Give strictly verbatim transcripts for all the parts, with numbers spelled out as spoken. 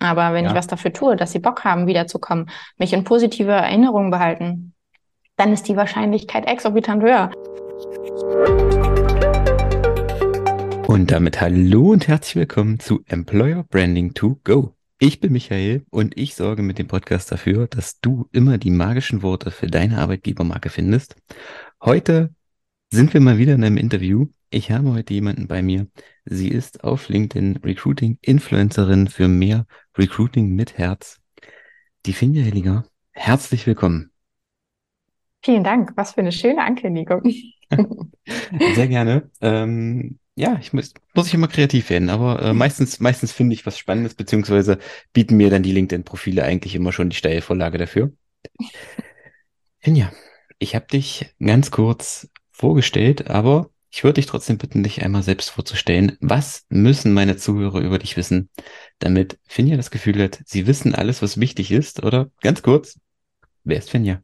Aber wenn ich Ja, was dafür tue, dass sie Bock haben, wiederzukommen, mich in positive Erinnerung behalten, dann ist die Wahrscheinlichkeit exorbitant höher. und damit hallo und herzlich willkommen zu Employer Branding to Go. Ich bin Michael und ich sorge mit dem Podcast dafür, dass du immer die magischen Worte für deine Arbeitgebermarke findest. Heute sind wir mal wieder in einem Interview. Ich habe heute jemanden bei mir. Sie ist auf LinkedIn Recruiting-Influencerin für mehr Recruiting mit Herz. Die Finja Hellinger. Herzlich willkommen. Vielen Dank. Was für eine schöne Ankündigung. Sehr gerne. Ähm, ja, ich muss, muss ich immer kreativ werden, aber äh, meistens, meistens finde ich was Spannendes, beziehungsweise bieten mir dann die LinkedIn-Profile eigentlich immer schon die Steilvorlage dafür. Finja, ich habe dich ganz kurz vorgestellt, aber ich würde dich trotzdem bitten, dich einmal selbst vorzustellen. Was müssen meine Zuhörer über dich wissen, damit Finja das Gefühl hat, sie wissen alles, was wichtig ist? Oder ganz kurz, wer ist Finja?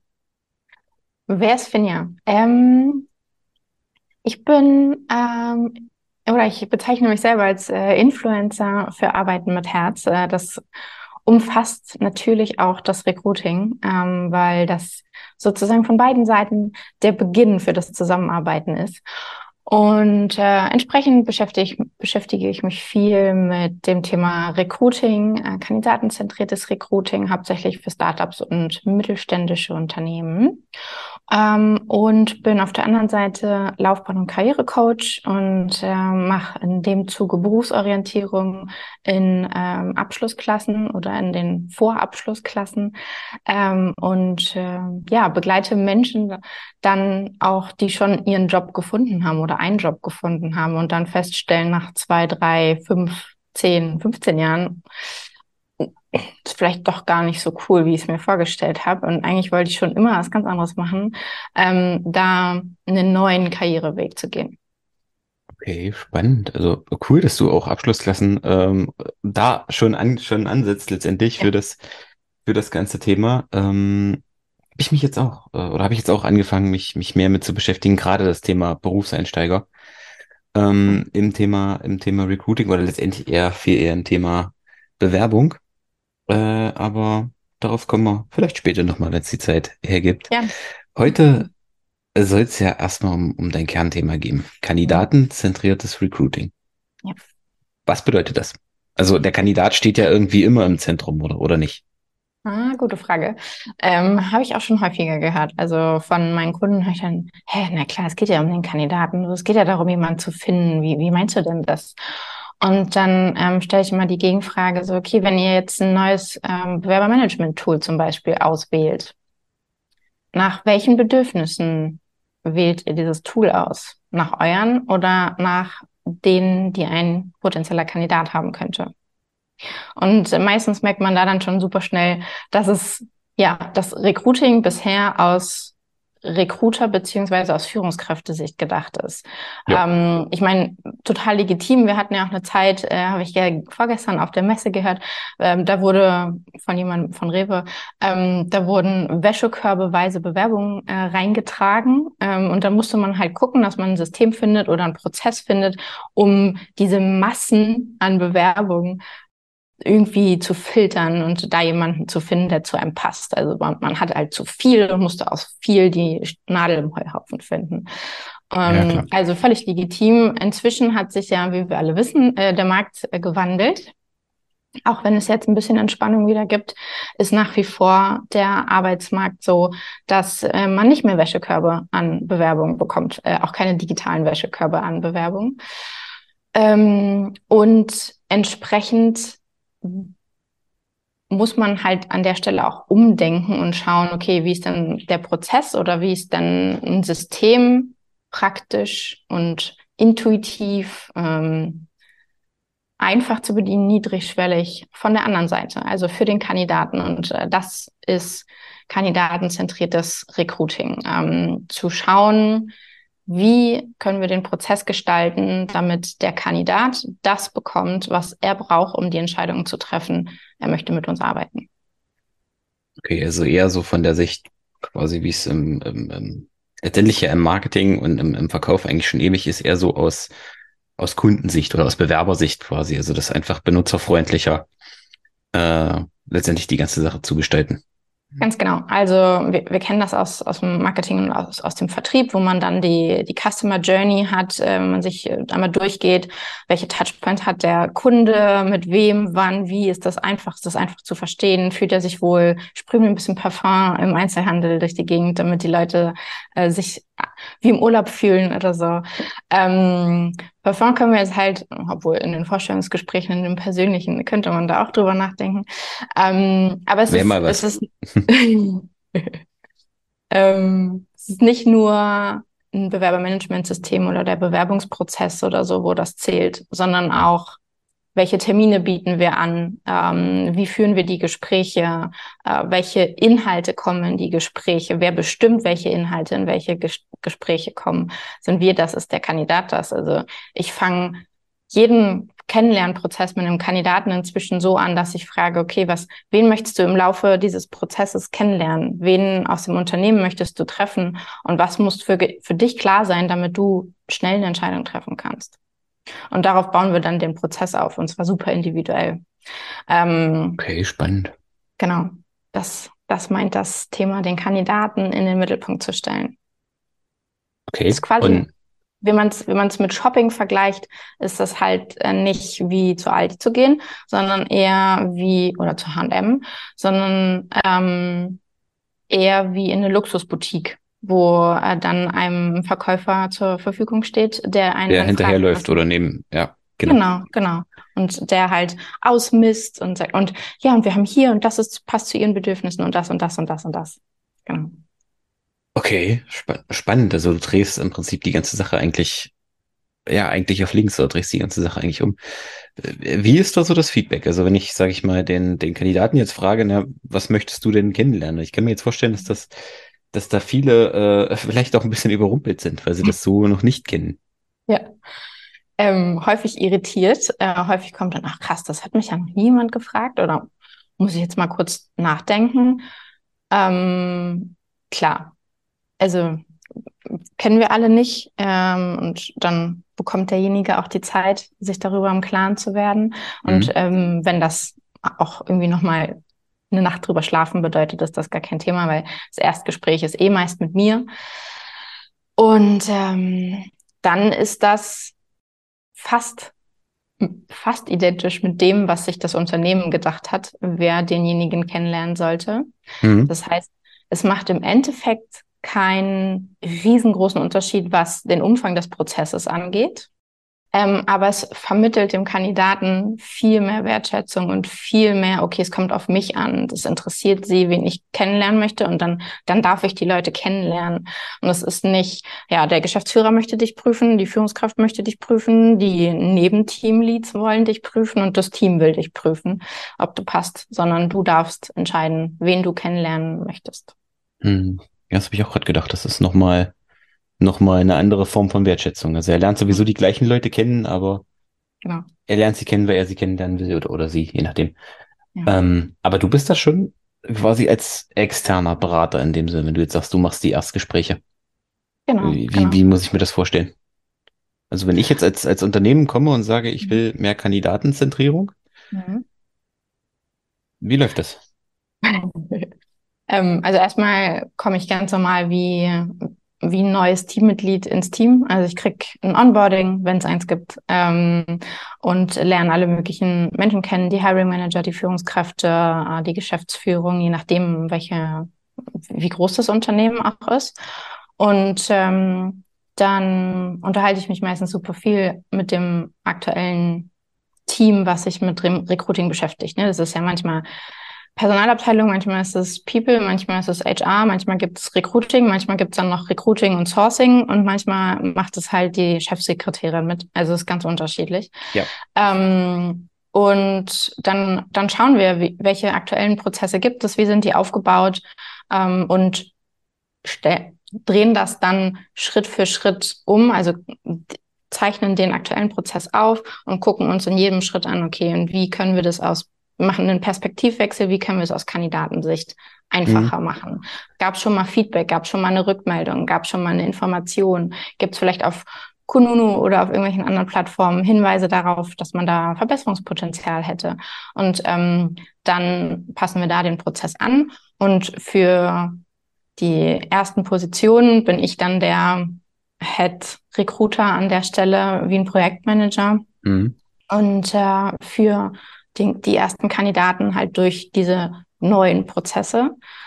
Wer ist Finja? Ähm, ich bin, ähm, oder ich bezeichne mich selber als äh, Influencer für Arbeiten mit Herz. Äh, das umfasst natürlich auch das Recruiting, ähm, weil das sozusagen von beiden Seiten der Beginn für das Zusammenarbeiten ist. Und äh, entsprechend beschäftige, beschäftige ich mich viel mit dem Thema Recruiting, äh, kandidatenzentriertes Recruiting, hauptsächlich für Startups und mittelständische Unternehmen. Ähm, und bin auf der anderen Seite Laufbahn- und Karrierecoach und äh, mache in dem Zuge Berufsorientierung in ähm, Abschlussklassen oder in den Vorabschlussklassen ähm, und äh, ja, begleite Menschen dann auch, die schon ihren Job gefunden haben oder einen Job gefunden haben und dann feststellen nach zwei, drei, fünf, zehn, fünfzehn Jahren, ist vielleicht doch gar nicht so cool, wie ich es mir vorgestellt habe. Und eigentlich wollte ich schon immer was ganz anderes machen, ähm, da einen neuen Karriereweg zu gehen. Okay, spannend. Also cool, dass du auch Abschlussklassen ähm, da schon an, schon ansetzt letztendlich Ja. für das für das ganze Thema. Ähm, habe ich mich jetzt auch äh, oder habe ich jetzt auch angefangen, mich mich mehr mit zu beschäftigen, gerade das Thema Berufseinsteiger ähm, im Thema im Thema Recruiting oder letztendlich eher viel eher ein Thema Bewerbung. Äh, aber darauf kommen wir vielleicht später nochmal, wenn es die Zeit hergibt. Ja. Heute soll es ja erstmal um, um dein Kernthema gehen. Mhm. Kandidatenzentriertes Recruiting. Ja. Was bedeutet das? Also der Kandidat steht ja irgendwie immer im Zentrum, oder, oder nicht? Ah, gute Frage. Ähm, habe ich auch schon häufiger gehört. Also von meinen Kunden höre ich dann, hä, na klar, es geht ja um den Kandidaten. Es geht ja darum, jemanden zu finden. Wie, wie meinst du denn das? Und dann ähm, stelle ich immer die Gegenfrage, so, okay, wenn ihr jetzt ein neues ähm, Bewerbermanagement-Tool zum Beispiel auswählt, nach welchen Bedürfnissen wählt ihr dieses Tool aus? Nach euren oder nach denen, die ein potenzieller Kandidat haben könnte? Und meistens merkt man da dann schon super schnell, dass es ja das Recruiting bisher aus Recruiter beziehungsweise aus Führungskräftesicht gedacht ist. Ja. Ähm, ich meine, total legitim. Wir hatten ja auch eine Zeit, äh, habe ich ja vorgestern auf der Messe gehört, ähm, da wurde von jemandem von Rewe, ähm, da wurden wäschekörbeweise Bewerbungen äh, reingetragen. Ähm, und da musste man halt gucken, dass man ein System findet oder einen Prozess findet, um diese Massen an Bewerbungen irgendwie zu filtern und da jemanden zu finden, der zu einem passt. Also man, man hat halt zu viel und musste aus viel die Nadel im Heuhaufen finden. Ja, Ähm, klar. also völlig legitim. Inzwischen hat sich ja, wie wir alle wissen, äh, der Markt äh, gewandelt. Auch wenn es jetzt ein bisschen Entspannung wieder gibt, ist nach wie vor der Arbeitsmarkt so, dass äh, man nicht mehr Wäschekörbe an Bewerbungen bekommt, äh, auch keine digitalen Wäschekörbe an Bewerbungen. Ähm, und entsprechend muss man halt an der Stelle auch umdenken und schauen, okay, wie ist denn der Prozess oder wie ist denn ein System praktisch und intuitiv ähm, einfach zu bedienen, niedrigschwellig von der anderen Seite, also für den Kandidaten. Und äh, das ist kandidatenzentriertes Recruiting. Ähm, zu schauen, wie können wir den Prozess gestalten, damit der Kandidat das bekommt, was er braucht, um die Entscheidung zu treffen, er möchte mit uns arbeiten. Okay, also eher so von der Sicht quasi, wie es im, im, im letztendlich ja im Marketing und im, im Verkauf eigentlich schon ewig ist, eher so aus, aus Kundensicht oder aus Bewerbersicht quasi. Also das einfach benutzerfreundlicher äh, letztendlich die ganze Sache zu gestalten. Ganz genau. Also wir, wir kennen das aus, aus dem Marketing und aus, aus dem Vertrieb, wo man dann die, die Customer Journey hat, äh, man sich äh, einmal durchgeht, welche Touchpoint hat der Kunde, mit wem, wann, wie, ist das einfach, ist das einfach zu verstehen, fühlt er sich wohl, sprühen wir ein bisschen Parfum im Einzelhandel durch die Gegend, damit die Leute äh, sich wie im Urlaub fühlen oder so. Ähm, Parfum können wir jetzt halt, obwohl in den Vorstellungsgesprächen, in den persönlichen, könnte man da auch drüber nachdenken. Ähm, aber es Wäre ist, mal es was. ist, ähm, es ist nicht nur ein Bewerbermanagementsystem oder der Bewerbungsprozess oder so, wo das zählt, sondern auch, welche Termine bieten wir an, ähm, wie führen wir die Gespräche, äh, welche Inhalte kommen in die Gespräche, wer bestimmt, welche Inhalte in welche Ges Gespräche kommen. Sind wir das, ist der Kandidat das? Also ich fange jeden Kennenlernprozess mit einem Kandidaten inzwischen so an, dass ich frage, okay, was, wen möchtest du im Laufe dieses Prozesses kennenlernen? Wen aus dem Unternehmen möchtest du treffen? Und was muss für, für dich klar sein, damit du schnell eine Entscheidung treffen kannst? Und darauf bauen wir dann den Prozess auf, und zwar super individuell. Ähm, Okay, spannend. genau, das, das meint das Thema, den Kandidaten in den Mittelpunkt zu stellen. Das Okay. ist quasi, Und wenn man es wenn man es mit Shopping vergleicht, ist das halt äh, nicht wie zu Aldi zu gehen, sondern eher wie, oder zu H und M, sondern ähm, eher wie in eine Luxusboutique, wo äh, dann einem Verkäufer zur Verfügung steht, der einen der dann fragt, hinterherläuft was. oder neben, ja, genau. Genau, genau. Und der halt ausmisst und sagt, und ja, und wir haben hier und das ist, passt zu ihren Bedürfnissen und das und das und das und das. Genau. Okay, spa spannend. Also du drehst im Prinzip die ganze Sache eigentlich, ja, eigentlich auf links oder drehst die ganze Sache eigentlich um. Äh, Wie ist da so das Feedback? Also wenn ich, sage ich mal, den, den Kandidaten jetzt frage, na, was möchtest du denn kennenlernen? Ich kann mir jetzt vorstellen, dass das, dass da viele äh, vielleicht auch ein bisschen überrumpelt sind, weil sie das so noch nicht kennen. Ja. Ähm, häufig irritiert. Äh, häufig kommt dann, ach krass, das hat mich ja noch niemand gefragt oder muss ich jetzt mal kurz nachdenken. Ähm, klar, also kennen wir alle nicht. Ähm, und dann bekommt derjenige auch die Zeit, sich darüber im Klaren zu werden. Und Mhm. ähm, wenn das auch irgendwie nochmal eine Nacht drüber schlafen bedeutet, ist das gar kein Thema, weil das Erstgespräch ist eh meist mit mir. Und ähm, dann ist das fast, fast identisch mit dem, was sich das Unternehmen gedacht hat, wer denjenigen kennenlernen sollte. Mhm. Das heißt, es macht im Endeffekt keinen riesengroßen Unterschied, was den Umfang des Prozesses angeht. Ähm, aber es vermittelt dem Kandidaten viel mehr Wertschätzung und viel mehr, okay, es kommt auf mich an, das interessiert sie, wen ich kennenlernen möchte und dann, dann darf ich die Leute kennenlernen. Und es ist nicht, ja, der Geschäftsführer möchte dich prüfen, die Führungskraft möchte dich prüfen, die Nebenteamleads wollen dich prüfen und das Team will dich prüfen, ob du passt, sondern du darfst entscheiden, wen du kennenlernen möchtest. Mhm. Ja, das habe ich auch gerade gedacht. Das ist nochmal, noch mal eine andere Form von Wertschätzung. Also er lernt sowieso die gleichen Leute kennen, aber Genau. er lernt sie kennen, weil er sie kennenlernen will oder, oder sie, je nachdem. Ja, Ähm, aber du bist da schon quasi als externer Berater in dem Sinne, wenn du jetzt sagst, du machst die Erstgespräche. genau, Wie, wie, genau. wie muss ich mir das vorstellen? Also wenn ich jetzt als, als Unternehmen komme und sage, ich Mhm. will mehr Kandidatenzentrierung, Mhm. wie läuft das? Ähm, also erstmal komme ich ganz normal wie, wie ein neues Teammitglied ins Team. Also ich krieg ein Onboarding, wenn es eins gibt, ähm, und lerne alle möglichen Menschen kennen, die Hiring Manager, die Führungskräfte, äh, die Geschäftsführung, je nachdem, welche, wie groß das Unternehmen auch ist. Und ähm, dann unterhalte ich mich meistens super viel mit dem aktuellen Team, was sich mit Re Recruiting beschäftigt. Ne? Das ist ja manchmal Personalabteilung, manchmal ist es People, manchmal ist es H R, manchmal gibt es Recruiting, manchmal gibt es dann noch Recruiting und Sourcing und manchmal macht es halt die Chefsekretärin mit. Also es ist ganz unterschiedlich. Ja. Ähm, und dann, dann schauen wir, wie, welche aktuellen Prozesse gibt es, wie sind die aufgebaut, ähm, und drehen das dann Schritt für Schritt um, also zeichnen den aktuellen Prozess auf und gucken uns in jedem Schritt an, okay, und wie können wir das aus, wir machen einen Perspektivwechsel, wie können wir es aus Kandidatensicht Mhm. einfacher machen? Gab es schon mal Feedback, gab es schon mal eine Rückmeldung, gab es schon mal eine Information, gibt es vielleicht auf Kununu oder auf irgendwelchen anderen Plattformen Hinweise darauf, dass man da Verbesserungspotenzial hätte. Und ähm, dann passen wir da den Prozess an. Und für die ersten Positionen bin ich dann der Head Recruiter an der Stelle wie ein Projektmanager. Mhm. Und äh, für die, die ersten Kandidaten halt durch diese neuen Prozesse.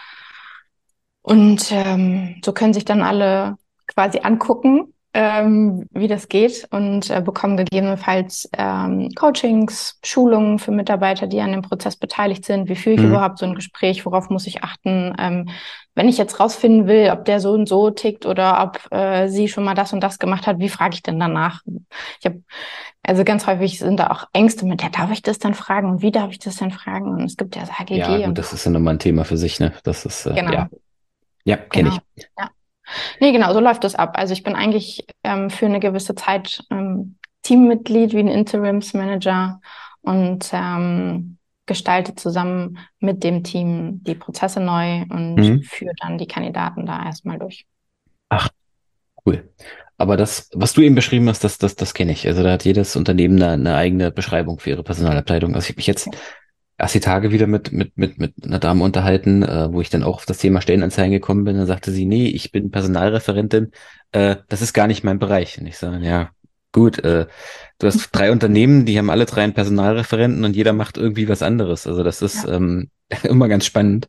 Und ähm, so können sich dann alle quasi angucken, ähm, wie das geht und äh, bekommen gegebenenfalls ähm, Coachings, Schulungen für Mitarbeiter, die an dem Prozess beteiligt sind. Wie führe ich Mhm. überhaupt so ein Gespräch? Worauf muss ich achten? Ähm, wenn ich jetzt rausfinden will, ob der so und so tickt oder ob äh, sie schon mal das und das gemacht hat, wie frage ich denn danach? Ich habe also ganz häufig sind da auch Ängste mit, ja, darf ich das dann fragen und wie darf ich das dann fragen? Und es gibt ja das Ja, H G G gut, und das ist ja nochmal ein Thema für sich, ne? Das ist, äh, genau, ja, ja, kenne genau. ich. Ja. Nee, genau, so läuft das ab. Also ich bin eigentlich ähm, für eine gewisse Zeit ähm, Teammitglied wie ein Interimsmanager und ähm, gestalte zusammen mit dem Team die Prozesse neu und Mhm. führe dann die Kandidaten da erstmal durch. Ach, cool. Aber das, was du eben beschrieben hast, das, das, das kenne ich. Also da hat jedes Unternehmen eine, eine eigene Beschreibung für ihre Personalabteilung. Also ich habe mich jetzt erst die Tage wieder mit, mit, mit, mit einer Dame unterhalten, äh, wo ich dann auch auf das Thema Stellenanzeigen gekommen bin. Dann sagte sie, nee, ich bin Personalreferentin, äh, das ist gar nicht mein Bereich. Und ich sage, ja, gut, äh, du hast drei Unternehmen, die haben alle drei einen Personalreferenten und jeder macht irgendwie was anderes. Also das ist Ja, ähm, immer ganz spannend.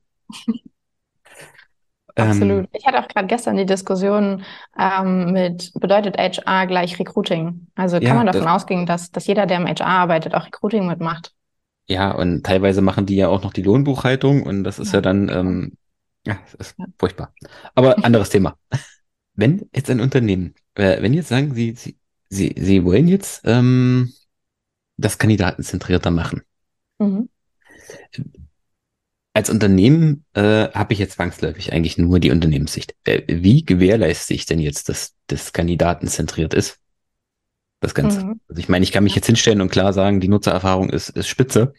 Ähm, absolut. Ich hatte auch gerade gestern die Diskussion ähm, mit, bedeutet H R gleich Recruiting? Also kann ja, man davon das, ausgehen, dass, dass jeder, der im H R arbeitet, auch Recruiting mitmacht? ja, und teilweise machen die ja auch noch die Lohnbuchhaltung und das ist ja Ja, dann, genau. ähm, ja, das ist Ja. furchtbar. Aber anderes Thema. Wenn jetzt ein Unternehmen, äh, wenn jetzt sagen, Sie, Sie, Sie, Sie wollen jetzt ähm, das kandidatenzentrierter machen. Mhm. Als Unternehmen äh, habe ich jetzt zwangsläufig eigentlich nur die Unternehmenssicht. Äh, wie gewährleiste ich denn jetzt, dass das kandidatenzentriert ist, das Ganze? Mhm. Also ich meine, ich kann mich Ja. jetzt hinstellen und klar sagen, die Nutzererfahrung ist, ist spitze,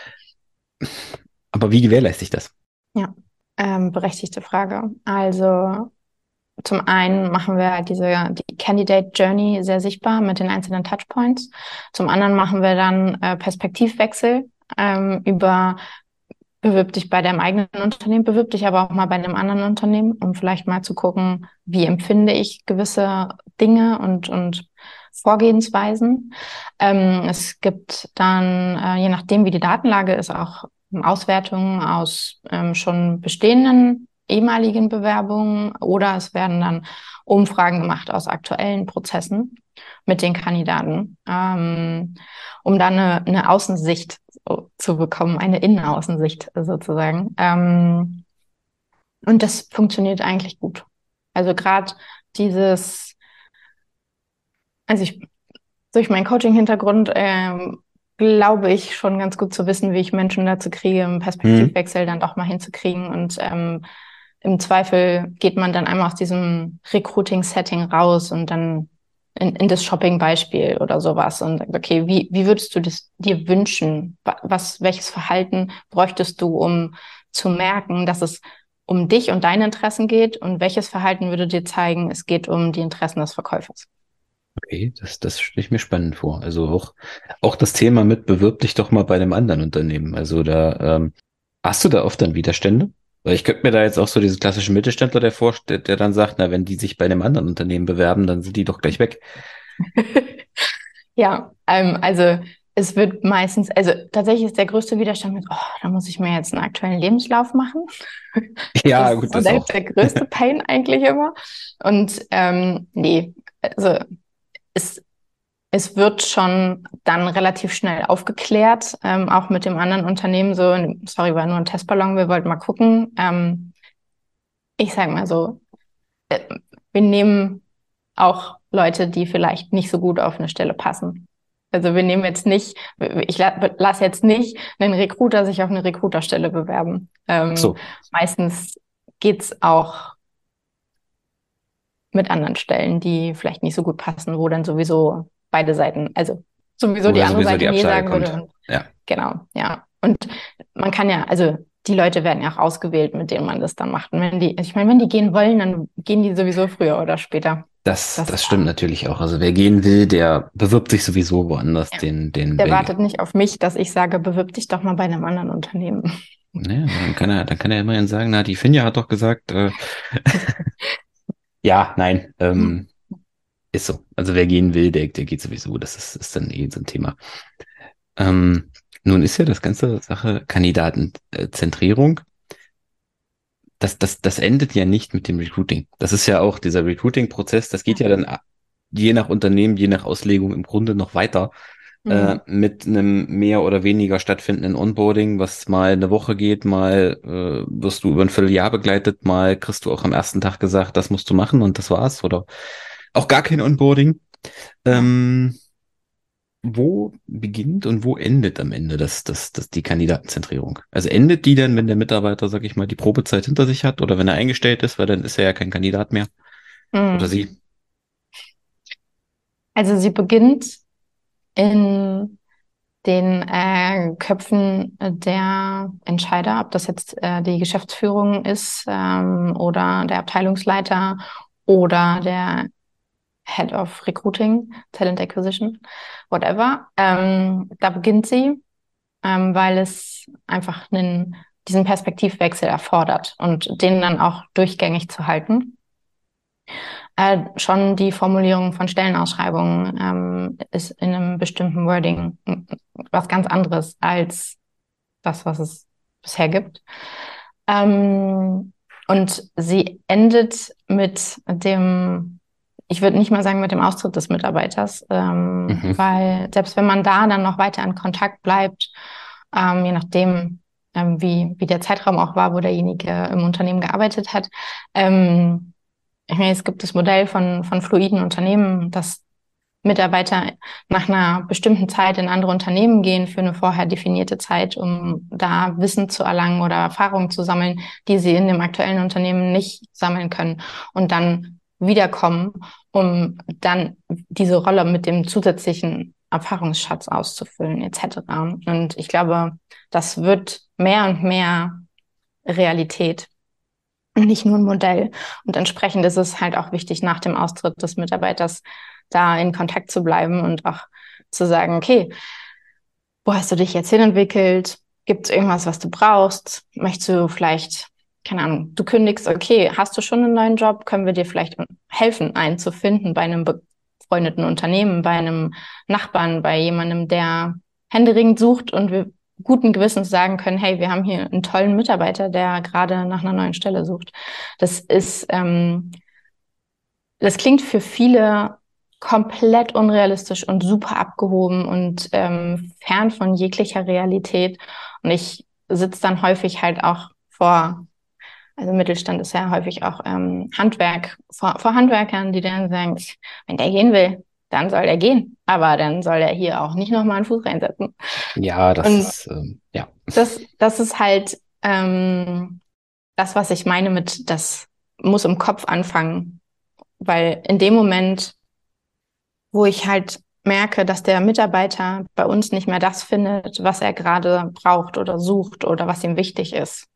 aber wie gewährleiste ich das? Ja, ähm, berechtigte Frage. Also zum einen machen wir halt diese die Candidate Journey sehr sichtbar mit den einzelnen Touchpoints. Zum anderen machen wir dann äh, Perspektivwechsel ähm, über bewirb dich bei deinem eigenen Unternehmen, bewirb dich aber auch mal bei einem anderen Unternehmen, um vielleicht mal zu gucken, wie empfinde ich gewisse Dinge und, und Vorgehensweisen. Ähm, es gibt dann, äh, je nachdem, wie die Datenlage ist, auch Auswertungen aus ähm, schon bestehenden ehemaligen Bewerbungen oder es werden dann Umfragen gemacht aus aktuellen Prozessen mit den Kandidaten, ähm, um dann eine, eine Außensicht so zu bekommen, eine Innenaußensicht sozusagen. Ähm, und das funktioniert eigentlich gut. Also gerade dieses, also ich durch meinen Coaching-Hintergrund ähm, glaube ich schon ganz gut zu wissen, wie ich Menschen dazu kriege, einen Hm? Perspektivwechsel dann doch mal hinzukriegen. Und ähm, im Zweifel geht man dann einmal aus diesem Recruiting-Setting raus und dann in, in das Shopping-Beispiel oder sowas und sagt, okay, wie, wie würdest du das dir wünschen? Was, welches Verhalten bräuchtest du, um zu merken, dass es um dich und deine Interessen geht? Und welches Verhalten würde dir zeigen, es geht um die Interessen des Verkäufers? Okay, das, das stelle ich mir spannend vor. Also auch, auch das Thema mit bewirb dich doch mal bei einem anderen Unternehmen. Also da, ähm, hast du da oft dann Widerstände? Weil ich könnte mir da jetzt auch so diesen klassischen Mittelständler, der vorstellt, der dann sagt, na, wenn die sich bei einem anderen Unternehmen bewerben, dann sind die doch gleich weg. Ja, ähm, also es wird meistens, also tatsächlich ist der größte Widerstand mit, oh, da muss ich mir jetzt einen aktuellen Lebenslauf machen. Ja, Das gut, ist so das der, auch. der größte Pain eigentlich immer. Und ähm, nee, also es, es wird schon dann relativ schnell aufgeklärt, ähm, auch mit dem anderen Unternehmen so, sorry, war nur ein Testballon, wir wollten mal gucken. Ähm, ich sag mal so, äh, wir nehmen auch Leute, die vielleicht nicht so gut auf eine Stelle passen. Also wir nehmen jetzt nicht, ich la lasse jetzt nicht einen Recruiter sich auf eine Recruiterstelle bewerben. Ach Ähm, so, meistens geht's auch mit anderen Stellen, die vielleicht nicht so gut passen, wo dann sowieso beide Seiten, also sowieso die woher andere sowieso Seite die nee Absage sagen würde. kommt. Und Ja. genau, ja. Und man kann ja, also die Leute werden ja auch ausgewählt, mit denen man das dann macht. Und wenn die, ich meine, wenn die gehen wollen, dann gehen die sowieso früher oder später. Das, Das, das stimmt natürlich auch. Also wer gehen will, der bewirbt sich sowieso woanders. ja, Den, den, der wer, wartet nicht auf mich, dass ich sage, bewirb dich doch mal bei einem anderen Unternehmen. ne, aber dann kann er, dann kann er immerhin sagen, na, die Finja hat doch gesagt, äh, ja, nein, ähm, ist so. Also wer gehen will, der, der geht sowieso. Das ist, ist dann eh so ein Thema. Ähm, nun ist ja das ganze Sache Kandidatenzentrierung. Das, das, das endet ja nicht mit dem Recruiting. Das ist ja auch dieser Recruiting-Prozess, das geht ja dann a- je nach Unternehmen, je nach Auslegung im Grunde noch weiter äh, Mhm. mit einem mehr oder weniger stattfindenden Onboarding, was mal eine Woche geht, mal äh, wirst du über ein Vierteljahr begleitet, mal kriegst du auch am ersten Tag gesagt, das musst du machen und das war's. Oder auch gar kein Onboarding. Ja. Ähm, Wo beginnt und wo endet am Ende das, das, das, die Kandidatenzentrierung? Also endet die denn, wenn der Mitarbeiter, sag ich mal, die Probezeit hinter sich hat oder wenn er eingestellt ist, weil dann ist er ja kein Kandidat mehr oder Mhm. sie? Also sie beginnt in den äh, Köpfen der Entscheider, ob das jetzt äh, die Geschäftsführung ist ähm, oder der Abteilungsleiter oder der Head of Recruiting, Talent Acquisition, whatever. Ähm, da beginnt sie, ähm, weil es einfach einen, diesen Perspektivwechsel erfordert und den dann auch durchgängig zu halten. Äh, schon die Formulierung von Stellenausschreibungen ähm, ist in einem bestimmten Wording was ganz anderes als das, was es bisher gibt. Ähm, und sie endet mit dem, ich würde nicht mal sagen mit dem Austritt des Mitarbeiters, ähm, Mhm. weil selbst wenn man da dann noch weiter in Kontakt bleibt, ähm, je nachdem, ähm, wie, wie der Zeitraum auch war, wo derjenige im Unternehmen gearbeitet hat, ähm, ich meine, es gibt das Modell von, von fluiden Unternehmen, dass Mitarbeiter nach einer bestimmten Zeit in andere Unternehmen gehen für eine vorher definierte Zeit, um da Wissen zu erlangen oder Erfahrungen zu sammeln, die sie in dem aktuellen Unternehmen nicht sammeln können und dann wiederkommen, um dann diese Rolle mit dem zusätzlichen Erfahrungsschatz auszufüllen, et cetera. Und ich glaube, das wird mehr und mehr Realität und nicht nur ein Modell. Und entsprechend ist es halt auch wichtig, nach dem Austritt des Mitarbeiters da in Kontakt zu bleiben und auch zu sagen, okay, wo hast du dich jetzt hinentwickelt? Gibt es irgendwas, was du brauchst? Möchtest du vielleicht, keine Ahnung, du kündigst, okay, hast du schon einen neuen Job? Können wir dir vielleicht helfen, einen zu finden bei einem befreundeten Unternehmen, bei einem Nachbarn, bei jemandem, der händeringend sucht und wir guten Gewissens sagen können, hey, wir haben hier einen tollen Mitarbeiter, der gerade nach einer neuen Stelle sucht. Das ist, ähm, das klingt für viele komplett unrealistisch und super abgehoben und ähm, fern von jeglicher Realität. Und ich sitze dann häufig halt auch vor, also Mittelstand ist ja häufig auch ähm, Handwerk, vor, vor Handwerkern, die dann sagen, wenn der gehen will, dann soll der gehen. Aber dann soll er hier auch nicht nochmal einen Fuß reinsetzen. Ja, das Und ist, ähm, ja. das, das ist halt ähm, das, was ich meine mit, das muss im Kopf anfangen. Weil in dem Moment, wo ich halt merke, dass der Mitarbeiter bei uns nicht mehr das findet, was er gerade braucht oder sucht oder was ihm wichtig ist,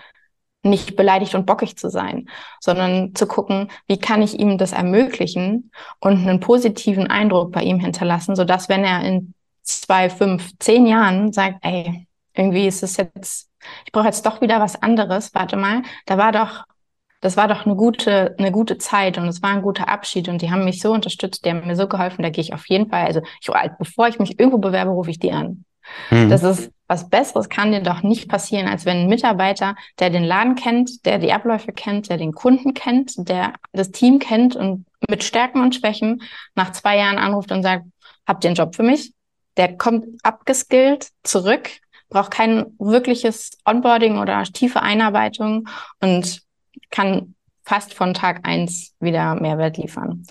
nicht beleidigt und bockig zu sein, sondern zu gucken, wie kann ich ihm das ermöglichen und einen positiven Eindruck bei ihm hinterlassen, sodass wenn er in zwei, fünf, zehn Jahren sagt, ey, irgendwie ist es jetzt, ich brauche jetzt doch wieder was anderes, warte mal, da war doch das war doch eine gute, eine gute Zeit und es war ein guter Abschied und die haben mich so unterstützt, die haben mir so geholfen, da gehe ich auf jeden Fall. Also ich, bevor ich mich irgendwo bewerbe, rufe ich die an. Das Mhm. ist was Besseres kann dir doch nicht passieren, als wenn ein Mitarbeiter, der den Laden kennt, der die Abläufe kennt, der den Kunden kennt, der das Team kennt und mit Stärken und Schwächen nach zwei Jahren anruft und sagt, habt ihr einen Job für mich? Der kommt abgeskillt zurück, braucht kein wirkliches Onboarding oder tiefe Einarbeitung und kann fast von Tag eins wieder Mehrwert liefern.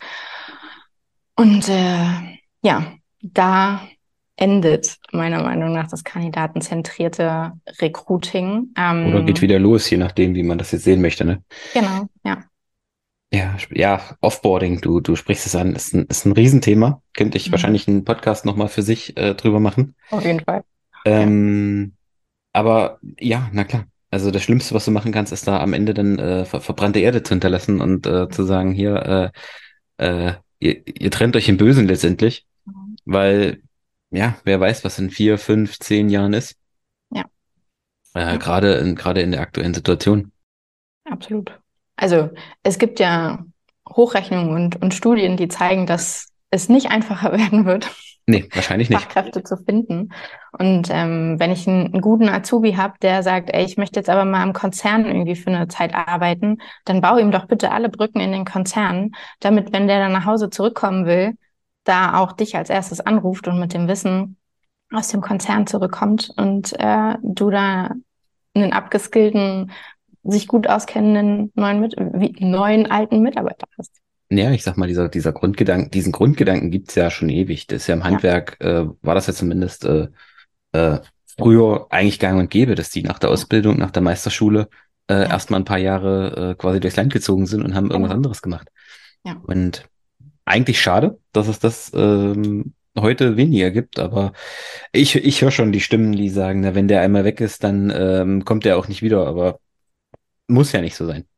Und äh, ja, da endet meiner Meinung nach das kandidatenzentrierte Recruiting. Oder geht Ähm, wieder los, je nachdem, wie man das jetzt sehen möchte, ne? genau, ja. Ja, sp- ja, Offboarding, du, du sprichst es an, ist ein, ist ein Riesenthema. Könnte ich Mhm. wahrscheinlich einen Podcast nochmal für sich äh, drüber machen. Auf jeden Fall. Ja. Ähm, aber ja, na klar. Also das Schlimmste, was du machen kannst, ist da am Ende dann äh, ver verbrannte Erde zu hinterlassen und äh, zu sagen, hier, äh, ihr, ihr trennt euch im Bösen letztendlich, weil, ja, wer weiß, was in vier, fünf, zehn Jahren ist. Ja, Äh, ja, gerade in, gerade in der aktuellen Situation. absolut. Also es gibt ja Hochrechnungen und, und Studien, die zeigen, dass es nicht einfacher werden wird, Nee, wahrscheinlich nicht. Fachkräfte zu finden. Und ähm, wenn ich einen, einen guten Azubi habe, der sagt, ey, ich möchte jetzt aber mal im Konzern irgendwie für eine Zeit arbeiten, dann baue ihm doch bitte alle Brücken in den Konzern, damit, wenn der dann nach Hause zurückkommen will, da auch dich als erstes anruft und mit dem Wissen aus dem Konzern zurückkommt und äh, du da einen abgeskillten, sich gut auskennenden neuen, mit wie, neuen alten Mitarbeiter hast. Ja, ich sag mal, dieser, dieser Grundgedanken, diesen Grundgedanken gibt's ja schon ewig. Das ist ja im Ja, Handwerk, äh, war das ja zumindest äh, äh, früher eigentlich gang und gäbe, dass die nach der ja, Ausbildung, nach der Meisterschule äh, ja, erstmal ein paar Jahre äh, quasi durchs Land gezogen sind und haben irgendwas genau. anderes gemacht. Ja. Und eigentlich schade, dass es das ähm, heute weniger gibt, aber ich, ich höre schon die Stimmen, die sagen, na, wenn der einmal weg ist, dann ähm, kommt der auch nicht wieder, aber muss ja nicht so sein.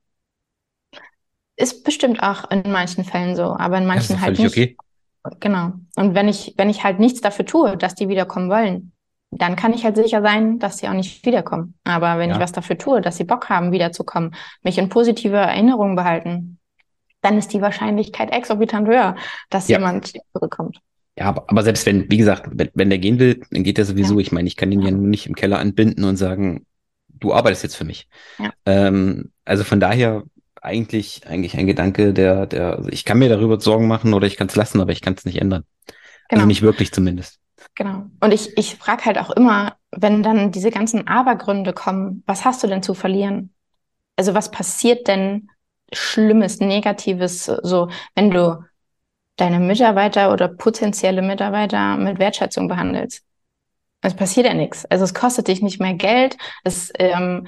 Ist bestimmt auch in manchen Fällen so, aber in Ja, das ist doch manchen halt völlig nicht. okay. Genau. Und wenn ich, wenn ich halt nichts dafür tue, dass die wiederkommen wollen, dann kann ich halt sicher sein, dass sie auch nicht wiederkommen. Aber wenn ich Ja, was dafür tue, dass sie Bock haben, wiederzukommen, mich in positive Erinnerung behalten, dann ist die Wahrscheinlichkeit exorbitant höher, dass ja. jemand zurückkommt. Ja, aber, aber selbst wenn, wie gesagt, wenn, wenn der gehen will, dann geht er Ja, sowieso. Ich meine, ich kann ihn ja ja, nur nicht im Keller anbinden und sagen, du arbeitest jetzt für mich. ja, Ähm, also von daher eigentlich, eigentlich ein Gedanke, der, der, also ich kann mir darüber Sorgen machen oder ich kann es lassen, aber ich kann es nicht ändern. Also genau. nicht wirklich zumindest. Genau. Und ich, ich frage halt auch immer, wenn dann diese ganzen Abergründe kommen, was hast du denn zu verlieren? Also was passiert denn Schlimmes, Negatives, so wenn du deine Mitarbeiter oder potenzielle Mitarbeiter mit Wertschätzung behandelst? Es passiert ja nichts. Also es kostet dich nicht mehr Geld. Es ähm,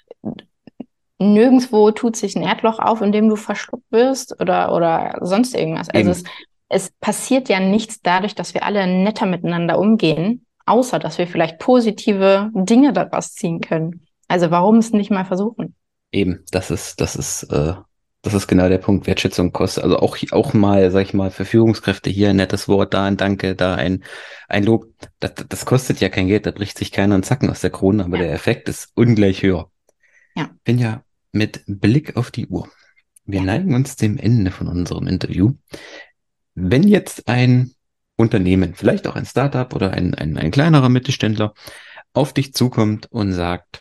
nirgendwo tut sich ein Erdloch auf, in dem du verschluckt wirst oder oder sonst irgendwas. Also es, Eben, es passiert ja nichts dadurch, dass wir alle netter miteinander umgehen, außer dass wir vielleicht positive Dinge daraus ziehen können. Also warum es nicht mal versuchen? eben, das ist, das ist, äh, das ist genau der Punkt. Wertschätzung kostet, also auch, auch mal, sag ich mal, für Führungskräfte hier ein nettes Wort, da ein Danke, da ein, ein Lob. Das, das kostet ja kein Geld, da bricht sich keiner einen Zacken aus der Krone, aber Ja, der Effekt ist ungleich höher. ja, Bin ja mit Blick auf die Uhr. Wir ja. neigen uns dem Ende von unserem Interview. Wenn jetzt ein Unternehmen, vielleicht auch ein Startup oder ein, ein, ein kleinerer Mittelständler, auf dich zukommt und sagt,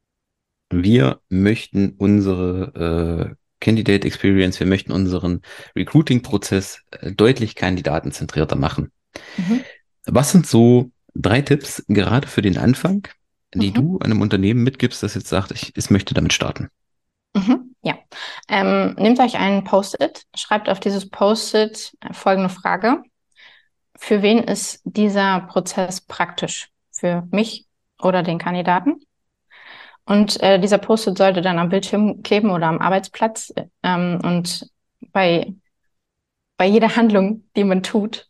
wir möchten unsere äh, Candidate Experience, wir möchten unseren Recruiting-Prozess äh, deutlich kandidatenzentrierter machen. Mhm. Was sind so drei Tipps, gerade für den Anfang, die Mhm. du einem Unternehmen mitgibst, das jetzt sagt, ich, ich möchte damit starten? Mhm. Ja. Ähm, nehmt euch einen Post-it, schreibt auf dieses Post-it folgende Frage. Für wen ist dieser Prozess praktisch? Für mich oder den Kandidaten? Und äh, dieser Post-it sollte dann am Bildschirm kleben oder am Arbeitsplatz. Ähm, und bei, bei jeder Handlung, die man tut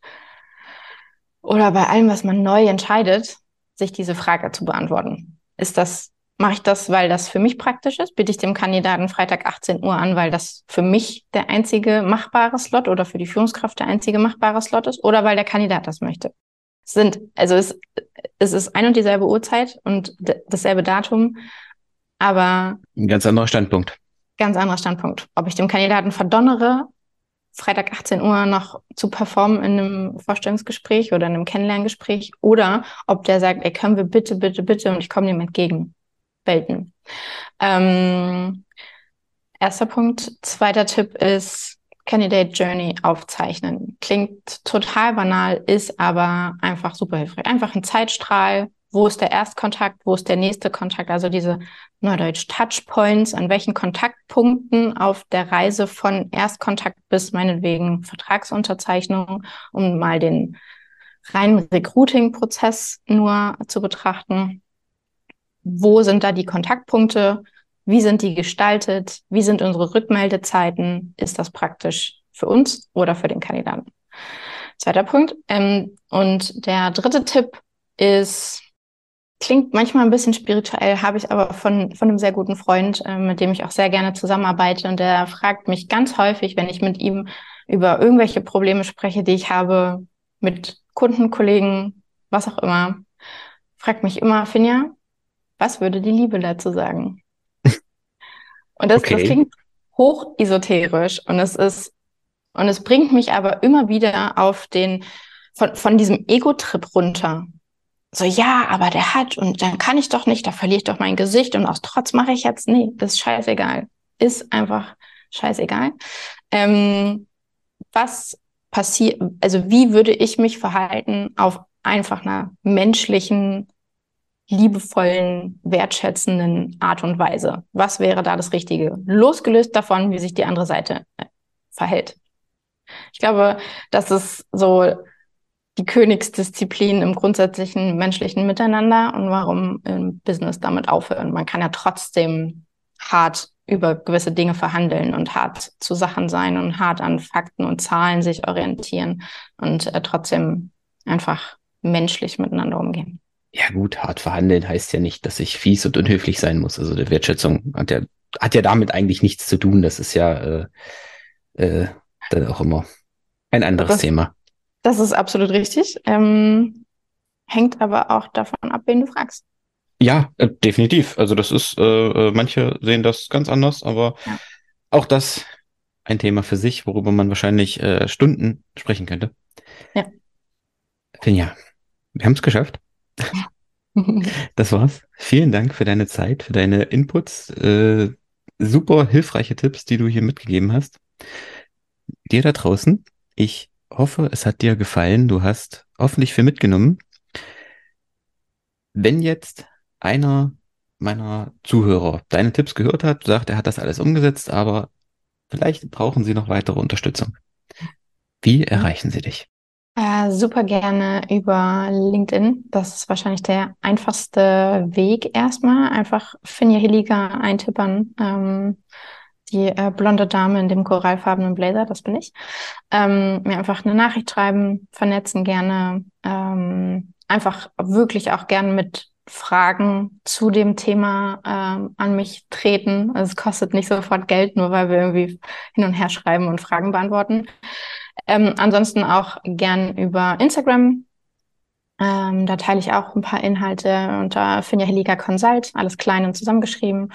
oder bei allem, was man neu entscheidet, sich diese Frage zu beantworten. Ist das, mache ich das, weil das für mich praktisch ist? Biete ich dem Kandidaten Freitag achtzehn Uhr an, weil das für mich der einzige machbare Slot oder für die Führungskraft der einzige machbare Slot ist? Oder weil der Kandidat das möchte? Es sind, also es, es ist ein und dieselbe Uhrzeit und dasselbe Datum, aber Ein ganz anderer Standpunkt. ganz anderer Standpunkt. Ob ich dem Kandidaten verdonnere, Freitag achtzehn Uhr noch zu performen in einem Vorstellungsgespräch oder in einem Kennenlerngespräch oder ob der sagt, ey, können wir bitte, bitte, bitte und ich komme dem entgegen. Welten. Ähm, erster Punkt. Zweiter Tipp ist Candidate Journey aufzeichnen. Klingt total banal, ist aber einfach super hilfreich. Einfach ein Zeitstrahl. Wo ist der Erstkontakt? Wo ist der nächste Kontakt? Also diese Neudeutsch Touchpoints, an welchen Kontaktpunkten auf der Reise von Erstkontakt bis meinetwegen Vertragsunterzeichnung, um mal den reinen Recruiting-Prozess nur zu betrachten. Wo sind da die Kontaktpunkte? Wie sind die gestaltet? Wie sind unsere Rückmeldezeiten? Ist das praktisch für uns oder für den Kandidaten? Zweiter Punkt. Ähm, und der dritte Tipp ist klingt manchmal ein bisschen spirituell, habe ich aber von, von einem sehr guten Freund, äh, mit dem ich auch sehr gerne zusammenarbeite. Und der fragt mich ganz häufig, wenn ich mit ihm über irgendwelche Probleme spreche, die ich habe mit Kunden, Kollegen, was auch immer, fragt mich immer, Finja, was würde die Liebe dazu sagen? Und das, das Okay. klingt hoch esoterisch und es ist, und es bringt mich aber immer wieder auf den, von, von diesem Ego-Trip runter. So, ja, aber der hat und dann kann ich doch nicht, da verliere ich doch mein Gesicht und aus Trotz mache ich jetzt, nee, ist scheißegal. Ist einfach scheißegal. Ähm, was passiert, also wie würde ich mich verhalten auf einfach einer menschlichen, liebevollen, wertschätzenden Art und Weise? Was wäre da das Richtige? Losgelöst davon, wie sich die andere Seite äh, verhält. Ich glaube, das ist so die Königsdisziplin im grundsätzlichen menschlichen Miteinander und warum im Business damit aufhören. Man kann ja trotzdem hart über gewisse Dinge verhandeln und hart zu Sachen sein und hart an Fakten und Zahlen sich orientieren und äh, trotzdem einfach menschlich miteinander umgehen. Ja gut, hart verhandeln heißt ja nicht, dass ich fies und unhöflich sein muss. Also die Wertschätzung hat ja, hat ja damit eigentlich nichts zu tun. Das ist ja äh, äh, dann auch immer ein anderes Das, Thema. das ist absolut richtig. Ähm, hängt aber auch davon ab, wen du fragst. Ja, äh, definitiv. Also das ist, äh, äh, manche sehen das ganz anders, aber Ja. auch das ein Thema für sich, worüber man wahrscheinlich äh, Stunden sprechen könnte. Ja. Finja, wir haben es geschafft. Das war's. Vielen Dank für deine Zeit, für deine Inputs, äh, super hilfreiche Tipps, die du hier mitgegeben hast. Dir da draußen, ich hoffe, es hat dir gefallen. Du hast hoffentlich viel mitgenommen. Wenn jetzt einer meiner Zuhörer deine Tipps gehört hat, sagt, er hat das alles umgesetzt, aber vielleicht brauchen sie noch weitere Unterstützung. Wie erreichen sie dich? Äh, super gerne über LinkedIn. Das ist wahrscheinlich der einfachste Weg erstmal. Einfach Finja Hilliger eintippern. Ähm, die äh, blonde Dame in dem korallfarbenen Blazer, das bin ich. Ähm, mir einfach eine Nachricht schreiben, vernetzen gerne. Ähm, einfach wirklich auch gerne mit Fragen zu dem Thema ähm, an mich treten. Also es kostet nicht sofort Geld, nur weil wir irgendwie hin und her schreiben und Fragen beantworten. Ähm, ansonsten auch gern über Instagram. Ähm, da teile ich auch ein paar Inhalte unter Finja Hilliger Consult, alles klein und zusammengeschrieben.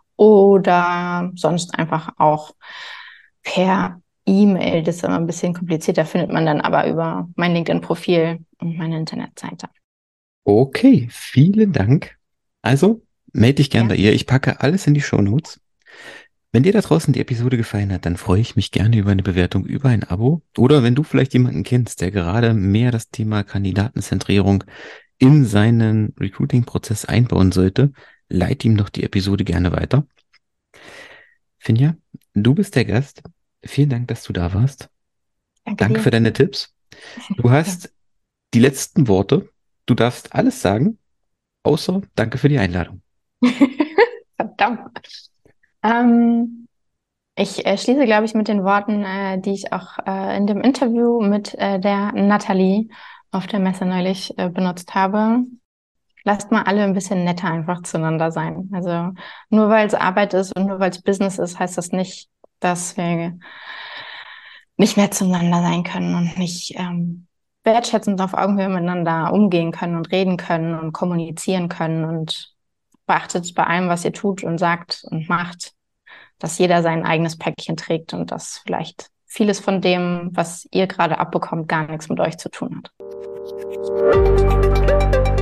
Oder sonst einfach auch per E-Mail. Das ist immer ein bisschen komplizierter, findet man dann aber über mein LinkedIn-Profil und meine Internetseite. Okay, vielen Dank. Also, melde dich gern Ja. bei ihr. Ich packe alles in die Shownotes. Wenn dir da draußen die Episode gefallen hat, dann freue ich mich gerne über eine Bewertung, über ein Abo. Oder wenn du vielleicht jemanden kennst, der gerade mehr das Thema Kandidatenzentrierung in seinen Recruiting-Prozess einbauen sollte, leite ihm doch die Episode gerne weiter. Finja, du bist der Gast. Vielen Dank, dass du da warst. Danke Danke dir. für deine Tipps. Du Ja. hast die letzten Worte. Du darfst alles sagen, außer danke für die Einladung. Verdammt. Ähm, ich äh, schließe, glaube ich, mit den Worten, äh, die ich auch äh, in dem Interview mit äh, der Nathalie auf der Messe neulich äh, benutzt habe. Lasst mal alle ein bisschen netter einfach zueinander sein. Also nur weil es Arbeit ist und nur weil es Business ist, heißt das nicht, dass wir nicht mehr zueinander sein können und nicht ähm, wertschätzend auf Augenhöhe miteinander umgehen können und reden können und kommunizieren können und beachtet bei allem, was ihr tut und sagt und macht, dass jeder sein eigenes Päckchen trägt und dass vielleicht vieles von dem, was ihr gerade abbekommt, gar nichts mit euch zu tun hat.